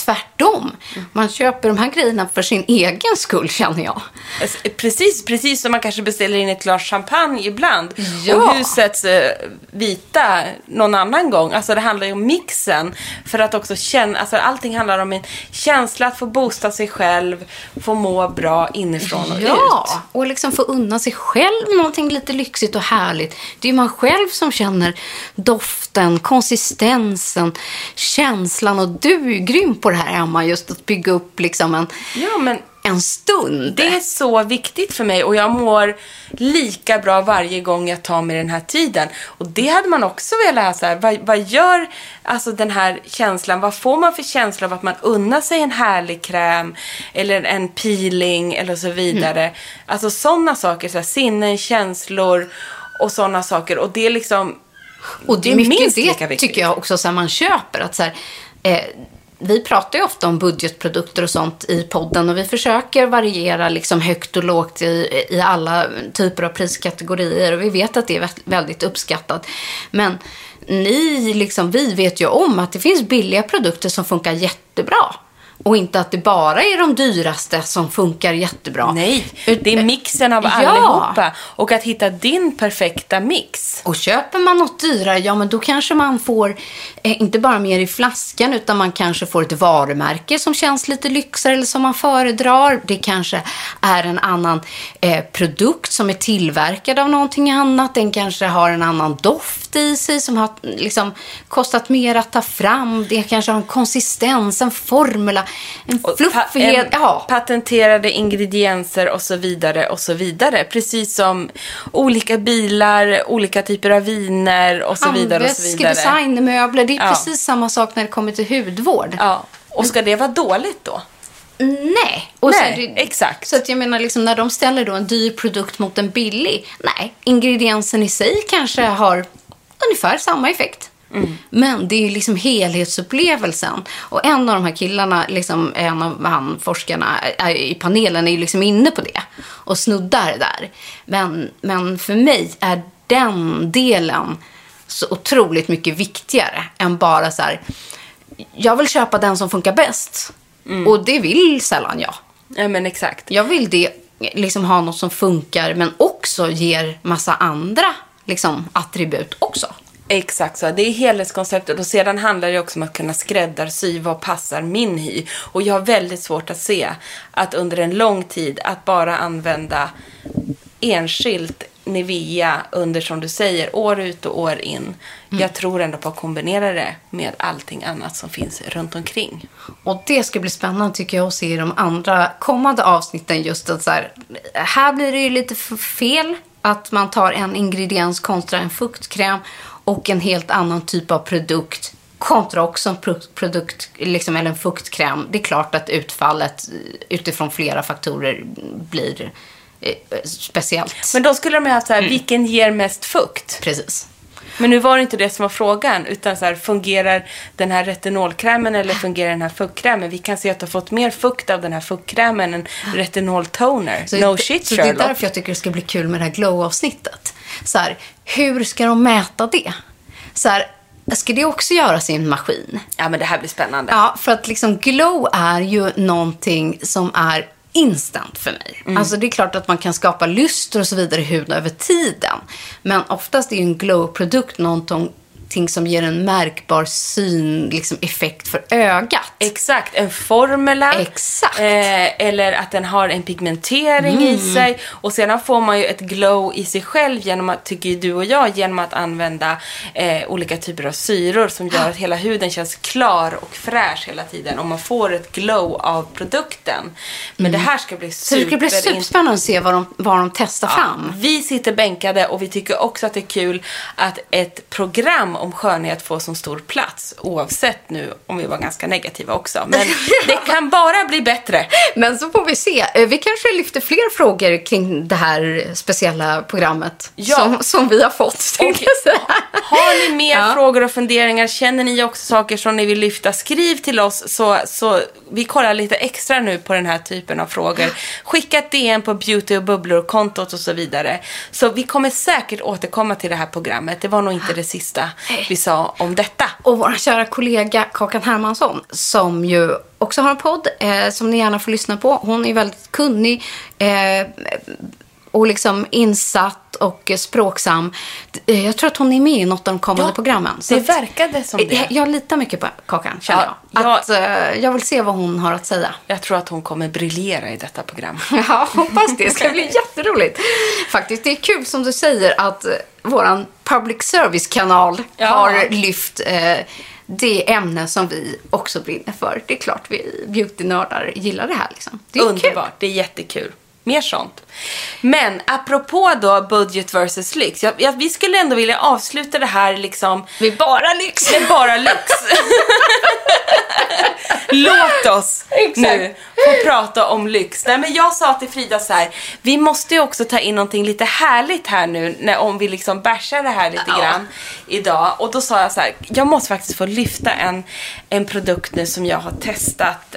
tvärtom. Man köper de här grejerna för sin egen skull, känner jag. Precis som man kanske beställer in ett glas champagne ibland. Ja. Och husets vita någon annan gång. Alltså det handlar ju om mixen. För att också känna, alltså allting handlar om en känsla att få boosta sig själv, få må bra inifrån och ut. Ja, och liksom få unna sig själv någonting lite lyxigt och härligt. Det är man själv som känner doften, konsistensen, känslan. Och du är ju grym på det här, Emma, just att bygga upp liksom en stund. Det är så viktigt för mig och jag mår lika bra varje gång jag tar mig den här tiden. Och det hade man också velat ha så här, vad gör alltså den här känslan, vad får man för känsla av att man unnar sig en härlig kräm eller en peeling eller så vidare. Alltså sådana saker, så här, sinnen, känslor och sådana saker. Och det är liksom, och det är mycket det tycker jag också så här, man köper att så här, vi pratar ju ofta om budgetprodukter och sånt i podden och vi försöker variera liksom högt och lågt i alla typer av priskategorier och vi vet att det är väldigt uppskattat. Men vi vet ju om att det finns billiga produkter som funkar jättebra. Och inte att det bara är de dyraste som funkar jättebra. Nej, det är mixen av allihopa. Och att hitta din perfekta mix. Och köper man något dyrare, ja men då kanske man får inte bara mer i flaskan utan man kanske får ett varumärke som känns lite lyxigare eller som man föredrar. Det kanske är en annan produkt som är tillverkad av någonting annat. Den kanske har en annan doft i sig som har liksom kostat mer att ta fram. Det kanske har en konsistens, en formula, en fluffighet. Patenterade ingredienser och så vidare och så vidare. Precis som olika bilar, olika typer av viner och så vidare och så vidare. Designmöbler, det är precis samma sak när det kommer till hudvård. Ja, och ska det vara dåligt då? Nej. Och nej, exakt. Så att jag menar liksom när de ställer då en dyr produkt mot en billig, nej, ingrediensen i sig kanske har ungefär samma effekt. Men det är ju liksom helhetsupplevelsen. Och en av de här killarna, liksom en av forskarna i panelen är ju liksom inne på det och snuddar där. Men för mig är den delen så otroligt mycket viktigare än bara så här, jag vill köpa den som funkar bäst. Och det vill sällan jag. Ja, men exakt. Jag vill liksom ha något som funkar men också ger massa andra liksom attribut också. Exakt så, det är helhetskonceptet och sedan handlar det också om att kunna skräddarsy vad passar min hy. Och jag har väldigt svårt att se att under en lång tid att bara använda enskilt Nivea under, som du säger, år ut och år in. Jag tror ändå på att kombinera det med allting annat som finns runt omkring. Och det ska bli spännande tycker jag att se i de andra kommande avsnitten just att så här blir det ju lite fel att man tar en ingrediens kontra en fuktkräm och en helt annan typ av produkt kontra också en produkt liksom, eller en fuktkräm. Det är klart att utfallet utifrån flera faktorer blir speciellt. Men då skulle de ha haft så här, vilken ger mest fukt? Precis. Men nu var det inte det som var frågan, utan så här, fungerar den här retinolkrämen eller fungerar den här fuktkrämen? Vi kan se att du har fått mer fukt av den här fuktkrämen än retinoltoner. No shit, så det är därför jag tycker det ska bli kul med det här glow-avsnittet. Så här, hur ska de mäta det? Så här, ska det också göras i en maskin? Ja, men det här blir spännande. Ja, för att liksom glow är ju någonting som är instant för mig. Alltså det är klart att man kan skapa lyster och så vidare i huden över tiden. Men oftast är ju en glow-produkt någonting som ger en märkbar effekt för ögat. Exakt, en formula. Exakt. Eller att den har en pigmentering i sig. Och sedan får man ju ett glow i sig själv genom att, tycker du och jag, genom att använda olika typer av syror som gör att hela huden känns klar och fräsch hela tiden. Och man får ett glow av produkten. Men det här ska bli Så det ska bli superspännande att se vad de testar fram. Vi sitter bänkade och vi tycker också att det är kul att ett program om skönhet får så stor plats, oavsett nu om vi var ganska negativa också. Men det kan bara bli bättre. Men så får vi se. Vi kanske lyfter fler frågor kring det här speciella programmet som vi har fått. Har ni mer frågor och funderingar? Känner ni också saker som ni vill lyfta? Skriv till oss så vi kollar lite extra nu på den här typen av frågor. Skicka ett DM på Beauty och Bubblor-kontot och så vidare. Så vi kommer säkert återkomma till det här programmet. Det var nog inte det sista. vi sa om detta. Och vår kära kollega Kakan Hermansson, som ju också har en podd som ni gärna får lyssna på. Hon är väldigt kunnig och liksom insatt och språksam. Jag tror att hon är med i något av de kommande programmen. Så det verkade som det. Jag litar mycket på Kakan, känner jag. Jag vill se vad hon har att säga. Jag tror att hon kommer briljera i detta program. Ja, hoppas det. Ska bli jätteroligt. Faktiskt, det är kul som du säger att våran public service-kanal har lyft det ämne som vi också brinner för. Det är klart vi beauty-nördar gillar det här. Liksom. Det är underbart, kul. Det är jättekul. Mer sånt. Men apropå då budget versus lyx. Vi skulle ändå vilja avsluta det här liksom med bara lyx. Med bara lyx. Låt oss nu få prata om lyx. Nej, men jag sa till Frida så här: vi måste ju också ta in någonting lite härligt här nu om vi liksom bashar det här lite grann idag. Och då sa jag så här: jag måste faktiskt få lyfta en produkt nu som jag har testat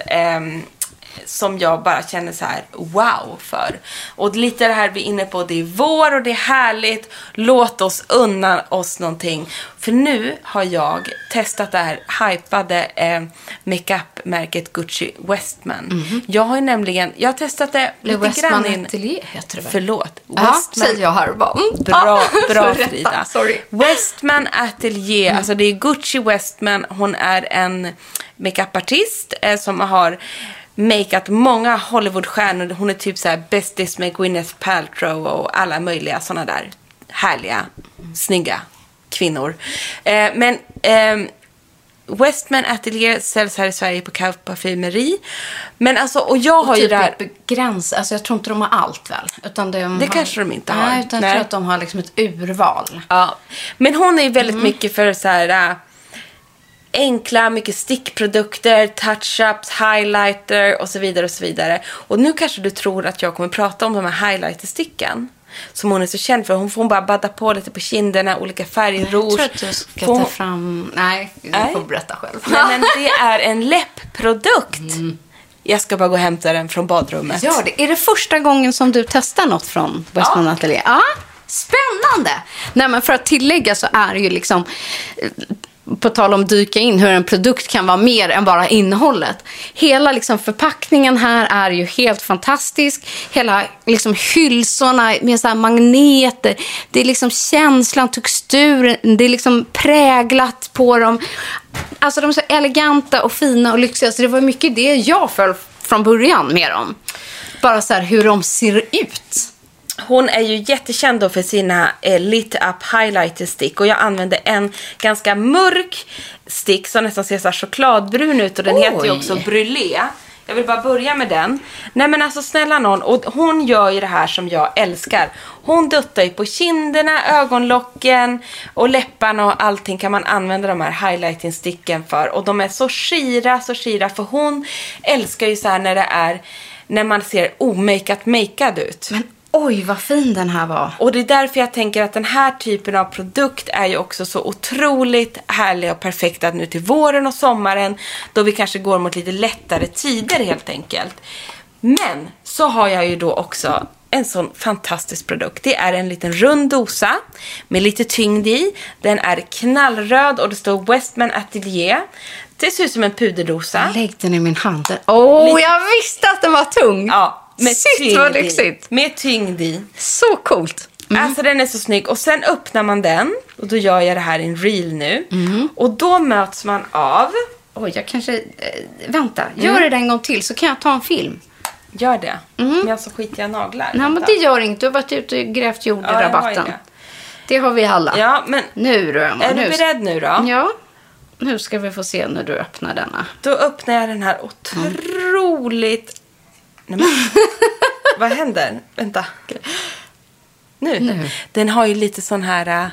som jag bara känner så här wow för. Och lite det här vi är inne på, det är vår och det är härligt. Låt oss unna oss någonting. För nu har jag testat det här hypade makeup-märket Gucci Westman. Jag har ju nämligen, jag har testat det lite Westman grann Atelier heter det väl? Förlåt. Westman, säger jag här bara. Bra Frida. Sorry. Westman Atelier, alltså det är Gucci Westman. Hon är en makeup-artist som har makeat många Hollywoodstjärnor. Hon är typ så här bästis med Gwyneth Paltrow och alla möjliga såna där härliga, snygga kvinnor. Men Westman Atelier säljs här i Sverige på Kauf Parfumeri. Men alltså, och jag har typ ju där begräns, alltså jag tror inte de har allt väl, utan det kanske de inte har. Nej, utan jag tror att de har liksom ett urval. Ja. Men hon är ju väldigt mycket för så här enkla, mycket stickprodukter, touch-ups, highlighter och så vidare och så vidare. Och nu kanske du tror att jag kommer prata om de här highlighter-sticken som hon är så känd för. Hon får bara badda på lite på kinderna, olika färger, rouge. Jag tror att du ska ta fram... Nej, du får berätta själv. Nej, men det är en läppprodukt. Jag ska bara gå och hämta den från badrummet. Ja, det är det första gången som du testar något från Westman Atelier. Ja, spännande! Nej, men för att tillägga så är det ju liksom... på tal om dyka in hur en produkt kan vara mer än bara innehållet. Hela liksom förpackningen här är ju helt fantastisk. Hela liksom hylsorna med så här magneter. Det är liksom känslan, texturen. Det är liksom präglat på dem. Alltså de är så eleganta och fina och lyxiga. Så det var mycket det jag föll från början med dem. Bara så här hur de ser ut. Hon är ju jättekänd då för sina lit up highlighter stick. Och jag använde en ganska mörk stick som nästan ser så här chokladbrun ut. Och den heter ju också Brûlée. Jag vill bara börja med den. Nej men alltså snälla någon. Och hon gör ju det här som jag älskar. Hon duttar ju på kinderna, ögonlocken och läpparna och allting kan man använda de här highlighting sticken för. Och de är så skira. För hon älskar ju så här när man ser makad ut. Men oj, vad fin den här var. Och det är därför jag tänker att den här typen av produkt är ju också så otroligt härlig och perfekt nu till våren och sommaren. Då vi kanske går mot lite lättare tider helt enkelt. Men så har jag ju då också en sån fantastisk produkt. Det är en liten rund dosa med lite tyngd i. Den är knallröd och det står Westman Atelier. Det ser ut som en puderdosa. Lägg den i min hand. Jag visste att den var tung. Ja. Shit, vad lyxigt. Med tyngd i. Så coolt. Alltså den är så snygg. Och sen öppnar man den. Och då gör jag det här i en reel nu. Och då möts man av... Oj, jag kanske... vänta, gör det en gång till så kan jag ta en film. Gör det. Men jag så skitiga naglar. Nej, men det gör inte. Du har varit ute och grävt jord i rabatten. Det har vi alla. Ja, men... Nu då, Emma. Är du beredd nu då? Ja. Nu ska vi få se när du öppnar denna. Då öppnar jag den här otroligt... Nej, men, vad händer? Vänta. Nu. Den har ju lite sån här...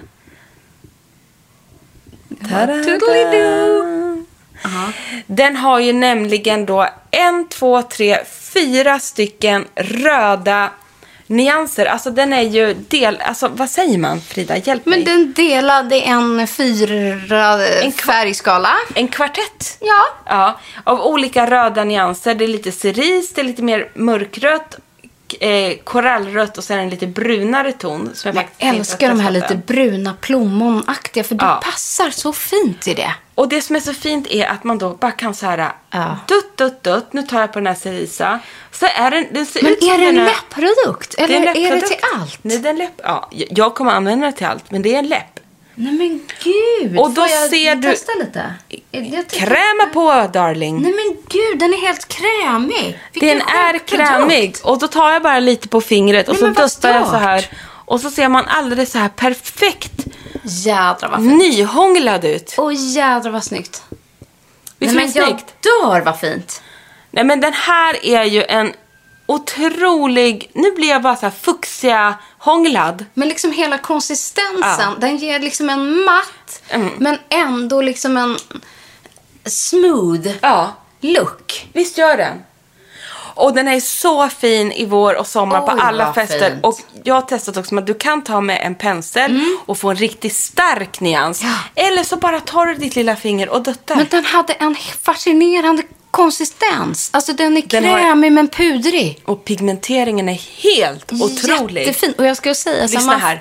Den har ju nämligen då 1, 2, 3, 4 stycken röda nyanser. Alltså den är ju alltså vad säger man, Frida? Hjälp mig. Men den delade en 4 färgskala. En kvartett. Ja. Av olika röda nyanser. Det är lite cerise, det är lite mer mörkrött, korallrött och sen en lite brunare ton. Som jag älskar de här lite bruna plommonaktiga, för det passar så fint i det. Och det som är så fint är att man då bara kan så här dutt. Nu tar jag på den här Cerisa. Så är den ser men ut är det en läppprodukt? Eller är det till allt? Nej, det är en läpp. Ja, jag kommer använda det till allt, men det är en läpp. Nej men gud. Och då ser du testa lite. Kräma på, darling. Nej men gud, den är helt krämig. Den är krämig. Och då tar jag bara lite på fingret och så dustar jag så här. Och så ser man alldeles så här perfekt. Jädra vad fint. Nyhånglad ut. Jädra vad snyggt. Visst är det snyggt? Jag dör vad fint. Nej men den här är ju en otrolig... Nu blir jag bara så här fuxiga hånglad. Men liksom hela konsistensen, den ger liksom en matt, men ändå liksom en smooth look. Visst gör den. Och den är så fin i vår och sommar på alla fester. Fint. Och jag har testat också att du kan ta med en pensel och få en riktigt stark nyans. Ja. Eller så bara tar du ditt lilla finger och duttar. Men den hade en fascinerande konsistens. Alltså den är krämig men pudrig. Och pigmenteringen är helt otrolig. Jättefin. Och jag ska säga lyssna här.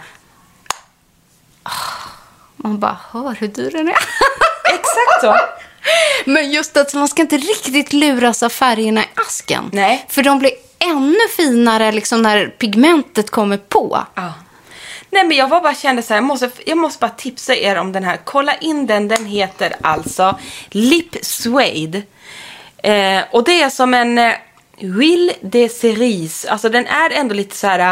Man bara hör hur dyr den är. Exakt så. Men just att man ska inte riktigt luras av färgerna i asken. Nej. För de blir ännu finare liksom när pigmentet kommer på. Ja. Nej, men jag bara kände så här, jag måste bara tipsa er om den här. Kolla in den. Den heter alltså Lip Suede. Och det är som en Huile de Cerise. Alltså den är ändå lite så här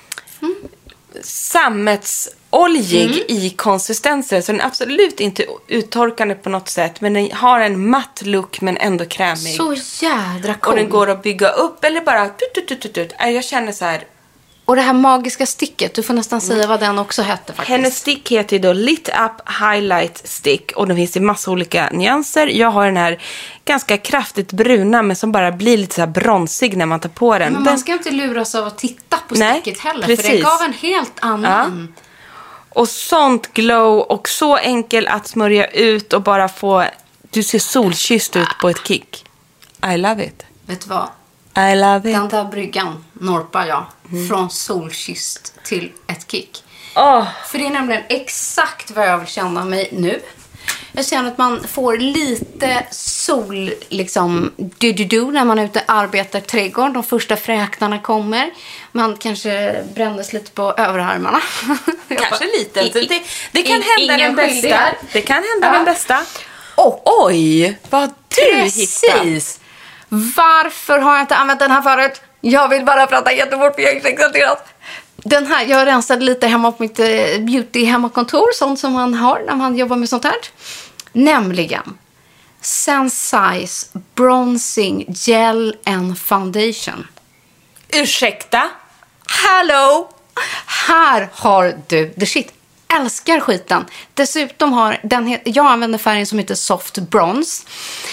sammetsoljig i konsistenser. Så den är absolut inte uttorkande på något sätt. Men den har en matt look men ändå krämig. Så jädra cool. Och den går att bygga upp eller bara jag känner så här. Och det här magiska sticket, du får nästan säga vad den också hette faktiskt. Hennes stick heter ju då Lit Up Highlight Stick. Och den finns i massa olika nyanser. Jag har den här ganska kraftigt bruna, men som bara blir lite så här bronsig när man tar på den. Men man ska inte luras av att titta på sticket heller. Precis. För det gav en helt annan. Ja. Och sånt glow och så enkel att smörja ut och bara få... Du ser solkysst ut på ett kick. I love it. Vet du vad? I love it. Den där bryggan norpar jag. Från solkysst till ett kick. För det är nämligen exakt vad jag vill känna mig nu. Jag känner att man får lite sol liksom när man är ute och arbetar i trädgården. De första fräknarna kommer. Man kanske brändes lite på överarmarna. Kanske lite. Det kan hända den bästa. Det kan hända den bästa. Och oj, vad du hittar. Varför har jag inte använt den här förut? Jag vill bara prata jättefort för jag är inte exalterad. Den här, jag rensade lite hemma på mitt beauty-hemmakontor. Sånt som man har när man jobbar med sånt här. Nämligen Sensai's Bronzing Gel and Foundation. Ursäkta? Hallå! Här har du the shit. Älskar skiten. Dessutom har den... Jag använder färgen som heter Soft Bronze.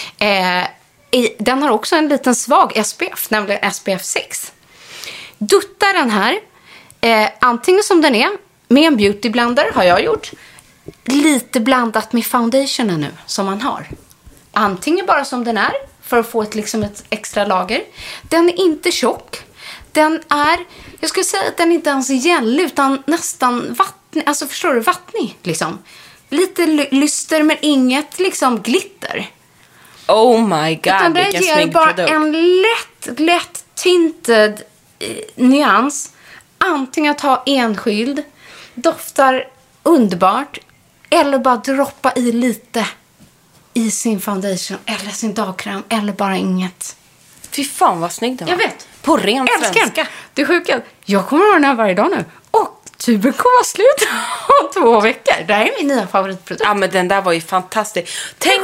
Den har också en liten svag SPF, nämligen SPF 6. Duttar den här, antingen som den är, med en beauty blender har jag gjort. Lite blandat med foundationen nu, som man har. Antingen bara som den är, för att få ett extra lager. Den är inte tjock. Den är, jag skulle säga att den inte ens är gel, utan nästan vattnig. Alltså förstår du, vattnig liksom. Lite lyster men inget liksom glitter. Oh my god, utan den ger bara en lätt tinted nyans. Antingen att ha enskild, doftar underbart, eller bara droppa i lite i sin foundation eller sin dagkräm, eller bara inget. Fy fan vad snygg den var. Jag vet. På ren svenska. Det är sjukt. Jag kommer ha den här varje dag nu. Och tuben kommer vara slut om 2 veckor. Det här är min nya favoritprodukt. Ja, men den där var ju fantastisk. Tänk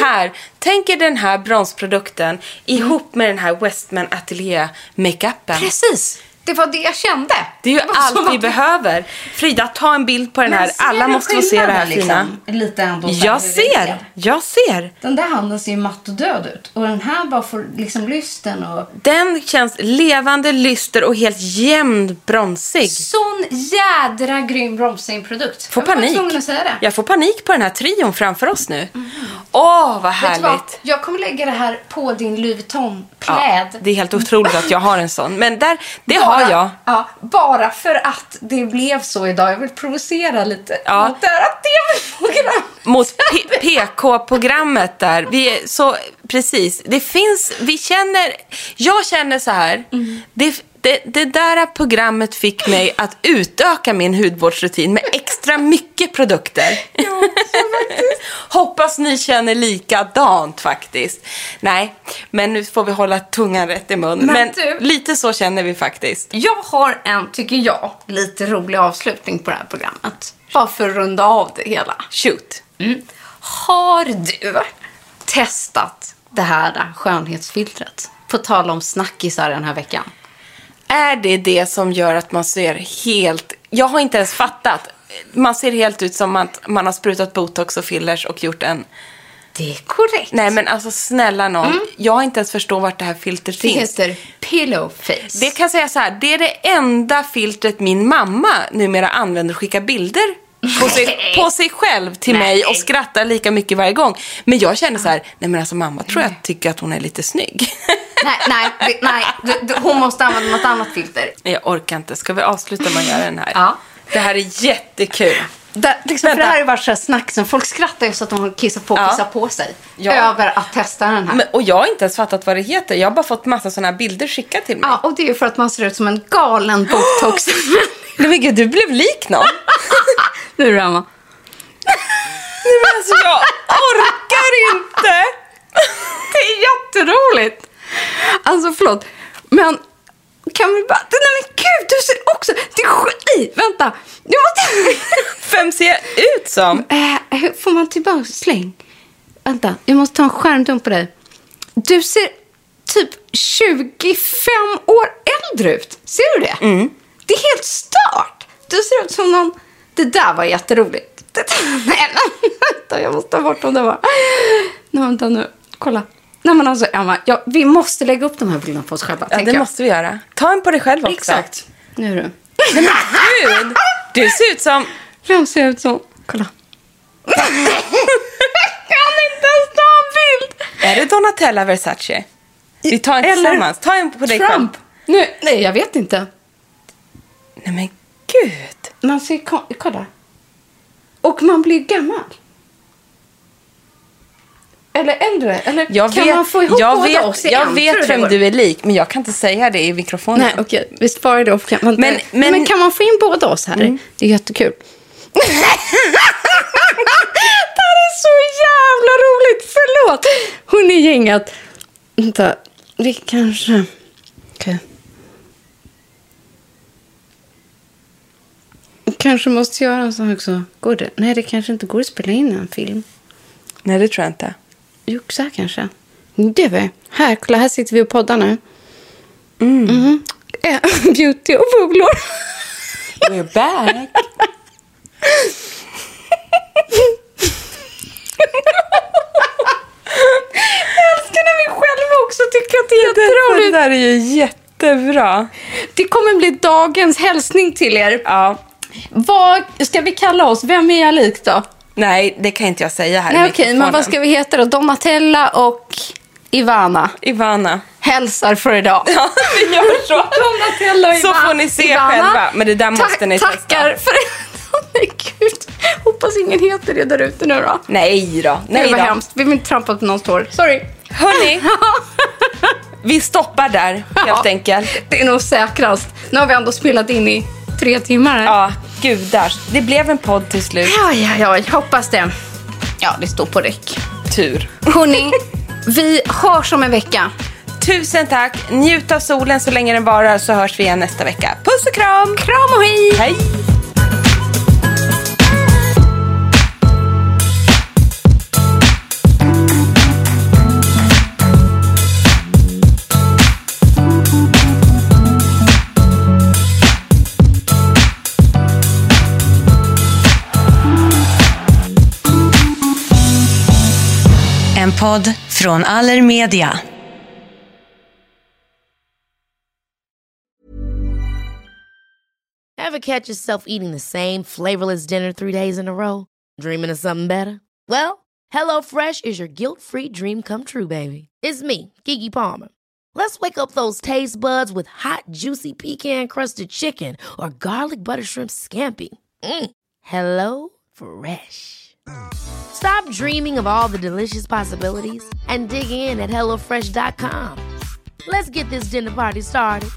er den här bronsprodukten ihop med den här Westman Atelier makeupen. Precis. Det var det jag kände. Det är ju allt vi behöver. Frida, ta en bild på den här. Alla måste få se det här fina. Lite ändå. Jag ser. Den där handen ser ju matt och död ut. Och den här bara får liksom lysten och... Den känns levande, lyster och helt jämn bronsig. Sån jädra grym bromsingprodukt. Får panik. Att säga det. Jag får panik på den här trion framför oss nu. Åh, vad härligt. Vet du vad? Jag kommer lägga det här på din Louis Vuitton-kläd. Ja, det är helt otroligt att jag har en sån. Men det har jag. Ja, bara för att det blev så idag. Jag vill provocera lite mot det här TV-programmet. Mot PK-programmet där. Vi är så, precis. Det finns, jag känner så här. Det där programmet fick mig att utöka min hudvårdsrutin med extra mycket produkter. Ja, faktiskt. Hoppas ni känner likadant faktiskt. Nej, men nu får vi hålla tungan rätt i mun. Men lite så känner vi faktiskt. Jag har en, tycker jag, lite rolig avslutning på det här programmet. Bara för att runda av det hela. Shoot. Har du testat det här skönhetsfiltret? På tal om snackisar den här veckan. Är det som gör att man ser helt... Jag har inte ens fattat. Man ser helt ut som att man har sprutat botox och fillers och gjort en... Det är korrekt. Nej, men alltså snälla någon. Jag har inte ens förstått vart det här filtret finns. Det heter Pillow Face. Det kan jag säga så här. Det är det enda filtret min mamma numera använder och skickar bilder på sig själv till mig och skrattar lika mycket varje gång. Men jag känner så här, nej men alltså mamma tror jag tycker att hon är lite snygg. Nej, hon måste använda något annat filter. Jag orkar inte. Ska vi avsluta med att göra den här? Ja. Det här är jättekul. För det här är bara så snack som folk skrattar ju så att de kissar på sig över att testa den här. Och jag har inte ens fattat vad det heter. Jag har bara fått massa sådana här bilder skickade till mig. Ja, och det är ju för att man ser ut som en galen botox. Nej men gud, du blev lik någon. Nu är det Emma. Nej men alltså jag orkar inte. Det är jätteroligt. Alltså förlåt. Men kan vi bara... Nej men gud, du ser också... Det är vänta. Du måste... Vem ser jag ut som? Får man tillbaka släng? Vänta, jag måste ta en skärmdump på dig. Du ser typ 25 år äldre ut. Ser du det? Det är helt stört. Du ser ut som någon... Det där var jätteroligt. Nej, vänta, jag måste ta bort om det var. Nej, vänta nu. Kolla. Nej, men alltså, Emma, vi måste lägga upp de här bilderna på oss själva. Ja, det måste vi göra. Ta en på dig själv också. Exakt. Nu är du. Men gud, du ser ut som... Vem ser ut som... Kolla. Jag kan inte ens ta en bild. Är det Donatella Versace? Vi tar en tillsammans. Ta en på dig Trump. själv. Nej, jag vet inte. Nej, men gud. Man ser... Kolla. Och man blir gammal. Eller äldre. Eller kan man få ihop båda oss igen? Jag vet vem du är lik, men jag kan inte säga det i mikrofonen. Nej, okej. Vi sparar det upp. Men kan man få in båda oss här? Det är jättekul. Det här är så jävla roligt. Förlåt. Hon är gängat. Vänta. Det kanske... Okej. Kanske måste göra en sån också. Går det? Nej, det kanske inte går att spela in en film. Nej, det tror jag inte. Jo, så här kanske. Det var här, kolla, här sitter vi och poddar nu. Beauty och bubblor. We're back. Jag älskar när vi själva också tycker att det är jätteroligt. Det där är ju jättebra. Det kommer bli dagens hälsning till er. Ja. Vad ska vi kalla oss? Vem är jag lik då? Nej, det kan inte jag säga här. Nej, okej, men vad ska vi heta då? Donatella och Ivana. Hälsar för idag. Ja, vi gör så. Donatella och Ivana. Så får ni se själva. Men det där måste ni testa. Tackar för nej, gud. Hoppas ingen heter det där ute nu då. Nej då. Det var hemskt. Vi vill inte trampa på någon tår. Sorry. Hörni, vi stoppar där helt enkelt. Det är nog säkrast. Nu har vi ändå spelat in i 3 timmar. Ja, gudars. Det blev en podd till slut. Ja, jag hoppas det. Ja, det står på räck. Tur. Hörrni, vi hörs om en vecka. Tusen tack. Njut av solen så länge den varar, så hörs vi igen nästa vecka. Puss och kram. Kram och hej. Hej. En podd från Allermedia. Ever catch yourself eating the same flavorless dinner 3 days in a row? Dreaming of something better? Well, HelloFresh is your guilt-free dream come true, baby. It's me, Keke Palmer. Let's wake up those taste buds with hot, juicy pecan-crusted chicken or garlic butter shrimp scampi. Hello Fresh. Stop dreaming of all the delicious possibilities and dig in at HelloFresh.com. Let's get this dinner party started.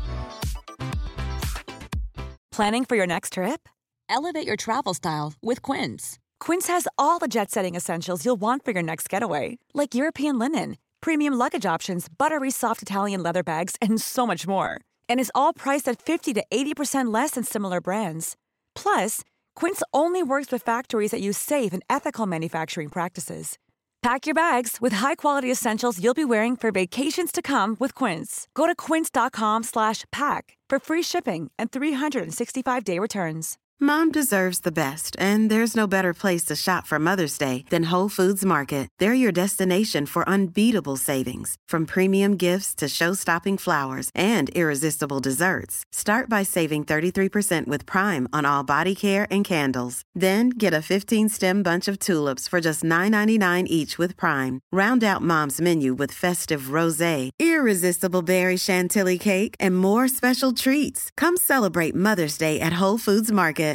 Planning for your next trip? Elevate your travel style with Quince. Quince has all the jet-setting essentials you'll want for your next getaway, like European linen, premium luggage options, buttery soft Italian leather bags, and so much more. And is all priced at 50 to 80% less than similar brands. Plus, Quince only works with factories that use safe and ethical manufacturing practices. Pack your bags with high-quality essentials you'll be wearing for vacations to come with Quince. Go to quince.com/pack for free shipping and 365-day returns. Mom deserves the best, and there's no better place to shop for Mother's Day than Whole Foods Market. They're your destination for unbeatable savings, from premium gifts to show-stopping flowers and irresistible desserts. Start by saving 33% with Prime on all body care and candles. Then get a 15-stem bunch of tulips for just $9.99 each with Prime. Round out Mom's menu with festive rosé, irresistible berry chantilly cake, and more special treats. Come celebrate Mother's Day at Whole Foods Market.